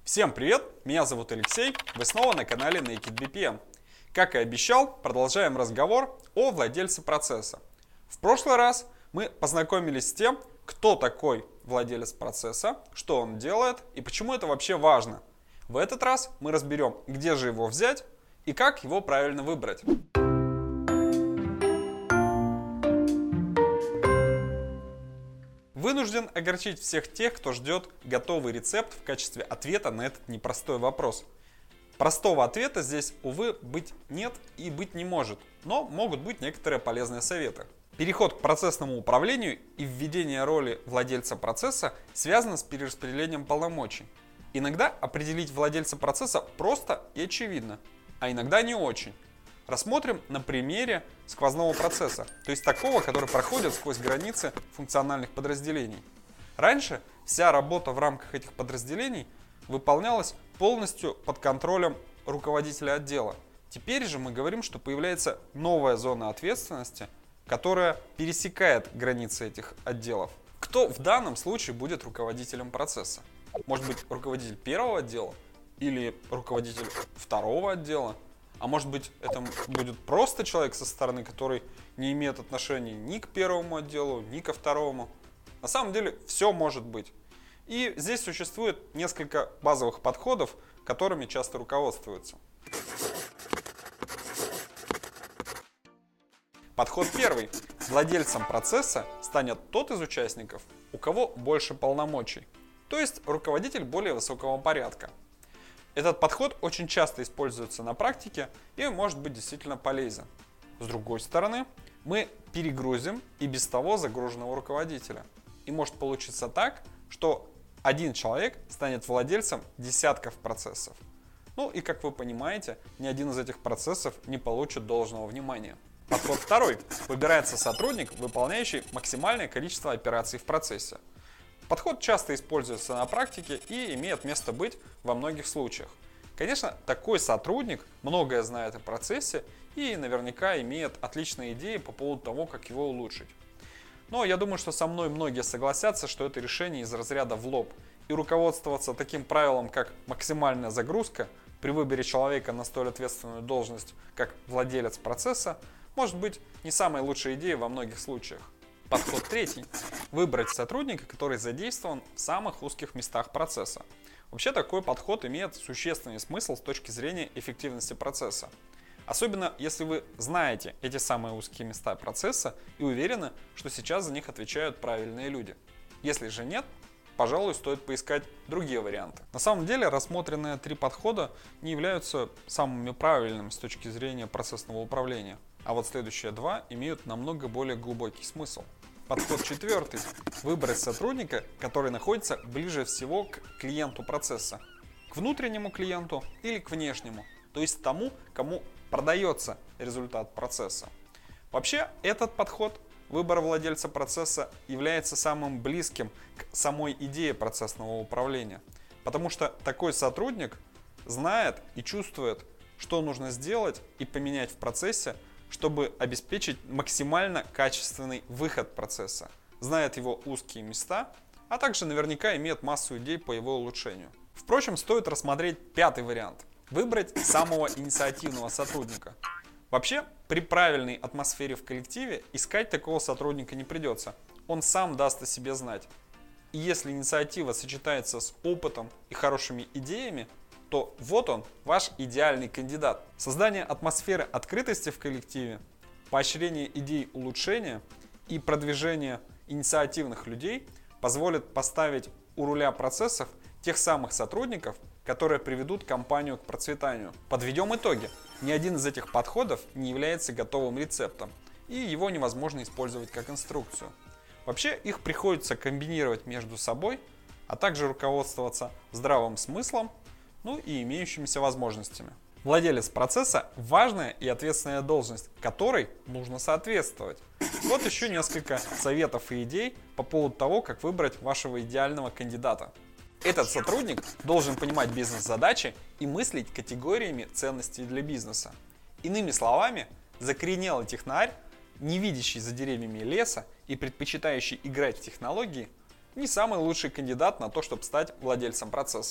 Всем привет! Меня зовут Алексей, вы снова на канале Naked VPN. Как и обещал, продолжаем разговор о владельце процесса. В прошлый раз мы познакомились с тем, кто такой владелец процесса, что он делает и почему это вообще важно. В этот раз мы разберем, где же его взять и как его правильно выбрать. Вынужден огорчить всех тех, кто ждет готовый рецепт в качестве ответа на этот непростой вопрос. Простого ответа здесь, увы, быть нет и быть не может, но могут быть некоторые полезные советы. Переход к процессному управлению и введение роли владельца процесса связано с перераспределением полномочий. Иногда определить владельца процесса просто и очевидно, а иногда не очень. Рассмотрим на примере сквозного процесса, то есть такого, который проходит сквозь границы функциональных подразделений. Раньше вся работа в рамках этих подразделений выполнялась полностью под контролем руководителя отдела. Теперь же мы говорим, что появляется новая зона ответственности, которая пересекает границы этих отделов. Кто в данном случае будет руководителем процесса? Может быть, руководитель первого отдела или руководитель второго отдела? А может быть, это будет просто человек со стороны, который не имеет отношения ни к первому отделу, ни ко второму. На самом деле, все может быть. И здесь существует несколько базовых подходов, которыми часто руководствуются. Подход первый. Владельцем процесса станет тот из участников, у кого больше полномочий, то есть руководитель более высокого порядка. Этот подход очень часто используется на практике и может быть действительно полезен. С другой стороны, мы перегрузим и без того загруженного руководителя. И может получиться так, что один человек станет владельцем десятков процессов. Ну и как вы понимаете, ни один из этих процессов не получит должного внимания. Подход второй. Выбирается сотрудник, выполняющий максимальное количество операций в процессе. Подход часто используется на практике и имеет место быть во многих случаях. Конечно, такой сотрудник многое знает о процессе и наверняка имеет отличные идеи по поводу того, как его улучшить. Но я думаю, что со мной многие согласятся, что это решение из разряда в лоб. И руководствоваться таким правилом, как максимальная загрузка при выборе человека на столь ответственную должность, как владелец процесса, может быть не самой лучшей идеей во многих случаях. Подход третий. Выбрать сотрудника, который задействован в самых узких местах процесса. Вообще такой подход имеет существенный смысл с точки зрения эффективности процесса. Особенно если вы знаете эти самые узкие места процесса и уверены, что сейчас за них отвечают правильные люди. Если же нет, пожалуй, стоит поискать другие варианты. На самом деле рассмотренные три подхода не являются самыми правильными с точки зрения процессного управления. А вот следующие два имеют намного более глубокий смысл. Подход четвертый. Выбрать сотрудника, который находится ближе всего к клиенту процесса. К внутреннему клиенту или к внешнему, то есть тому, кому продается результат процесса. Вообще, этот подход, выбор владельца процесса, является самым близким к самой идее процессного управления. Потому что такой сотрудник знает и чувствует, что нужно сделать и поменять в процессе, чтобы обеспечить максимально качественный выход процесса, знает его узкие места, а также наверняка имеет массу идей по его улучшению. Впрочем, стоит рассмотреть пятый вариант – выбрать самого инициативного сотрудника. Вообще, при правильной атмосфере в коллективе искать такого сотрудника не придется, он сам даст о себе знать. И если инициатива сочетается с опытом и хорошими идеями, то вот он, ваш идеальный кандидат. Создание атмосферы открытости в коллективе, поощрение идей улучшения и продвижение инициативных людей позволит поставить у руля процессов тех самых сотрудников, которые приведут компанию к процветанию. Подведем итоги. Ни один из этих подходов не является готовым рецептом, и его невозможно использовать как инструкцию. Вообще их приходится комбинировать между собой, а также руководствоваться здравым смыслом, ну и имеющимися возможностями. Владелец процесса – важная и ответственная должность, которой нужно соответствовать. Вот еще несколько советов и идей по поводу того, как выбрать вашего идеального кандидата. Этот сотрудник должен понимать бизнес-задачи и мыслить категориями ценностей для бизнеса. Иными словами, закоренелый технарь, не видящий за деревьями леса и предпочитающий играть в технологии, не самый лучший кандидат на то, чтобы стать владельцем процесса.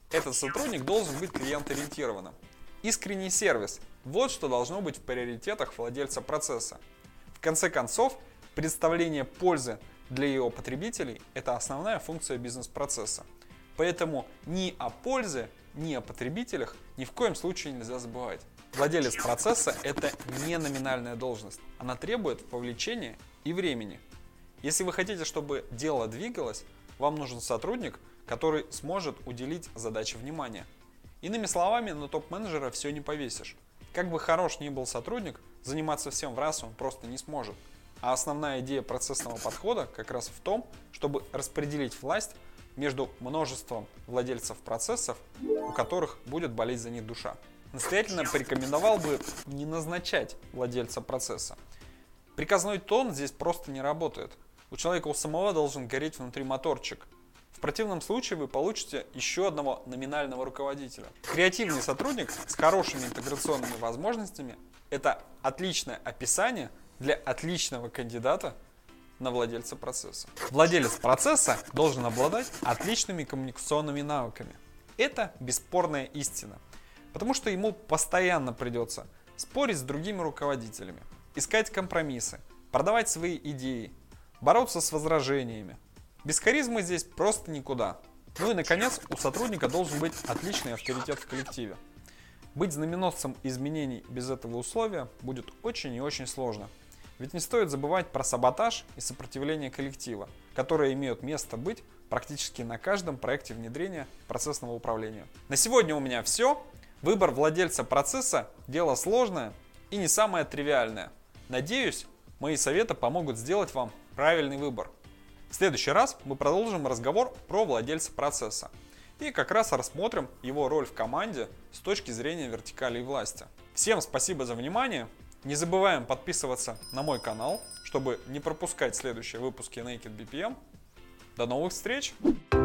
Этот сотрудник должен быть клиент-ориентированным. Искренний сервис – вот что должно быть в приоритетах владельца процесса. В конце концов, представление пользы для его потребителей – это основная функция бизнес-процесса. Поэтому ни о пользе, ни о потребителях ни в коем случае нельзя забывать. Владелец процесса – это не номинальная должность. Она требует вовлечения и времени. Если вы хотите, чтобы дело двигалось, вам нужен сотрудник, который сможет уделить задаче внимание. Иными словами, на топ-менеджера все не повесишь. Как бы хорош ни был сотрудник, заниматься всем в раз он просто не сможет. А основная идея процессного подхода как раз в том, чтобы распределить власть между множеством владельцев процессов, у которых будет болеть за них душа. Настоятельно порекомендовал бы не назначать владельца процесса. Приказной тон здесь просто не работает. У человека у самого должен гореть внутри моторчик. В противном случае вы получите еще одного номинального руководителя. Креативный сотрудник с хорошими интеграционными возможностями – это отличное описание для отличного кандидата на владельца процесса. Владелец процесса должен обладать отличными коммуникационными навыками. Это бесспорная истина, потому что ему постоянно придется спорить с другими руководителями, искать компромиссы, продавать свои идеи, бороться с возражениями. Без харизмы здесь просто никуда. Ну и, наконец, у сотрудника должен быть отличный авторитет в коллективе. Быть знаменосцем изменений без этого условия будет очень и очень сложно. Ведь не стоит забывать про саботаж и сопротивление коллектива, которые имеют место быть практически на каждом проекте внедрения процессного управления. На сегодня у меня все. Выбор владельца процесса – дело сложное и не самое тривиальное. Надеюсь, мои советы помогут сделать вам правильный выбор. В следующий раз мы продолжим разговор про владельца процесса и как раз рассмотрим его роль в команде с точки зрения вертикали власти. Всем спасибо за внимание. Не забываем подписываться на мой канал, чтобы не пропускать следующие выпуски Naked BPM. До новых встреч!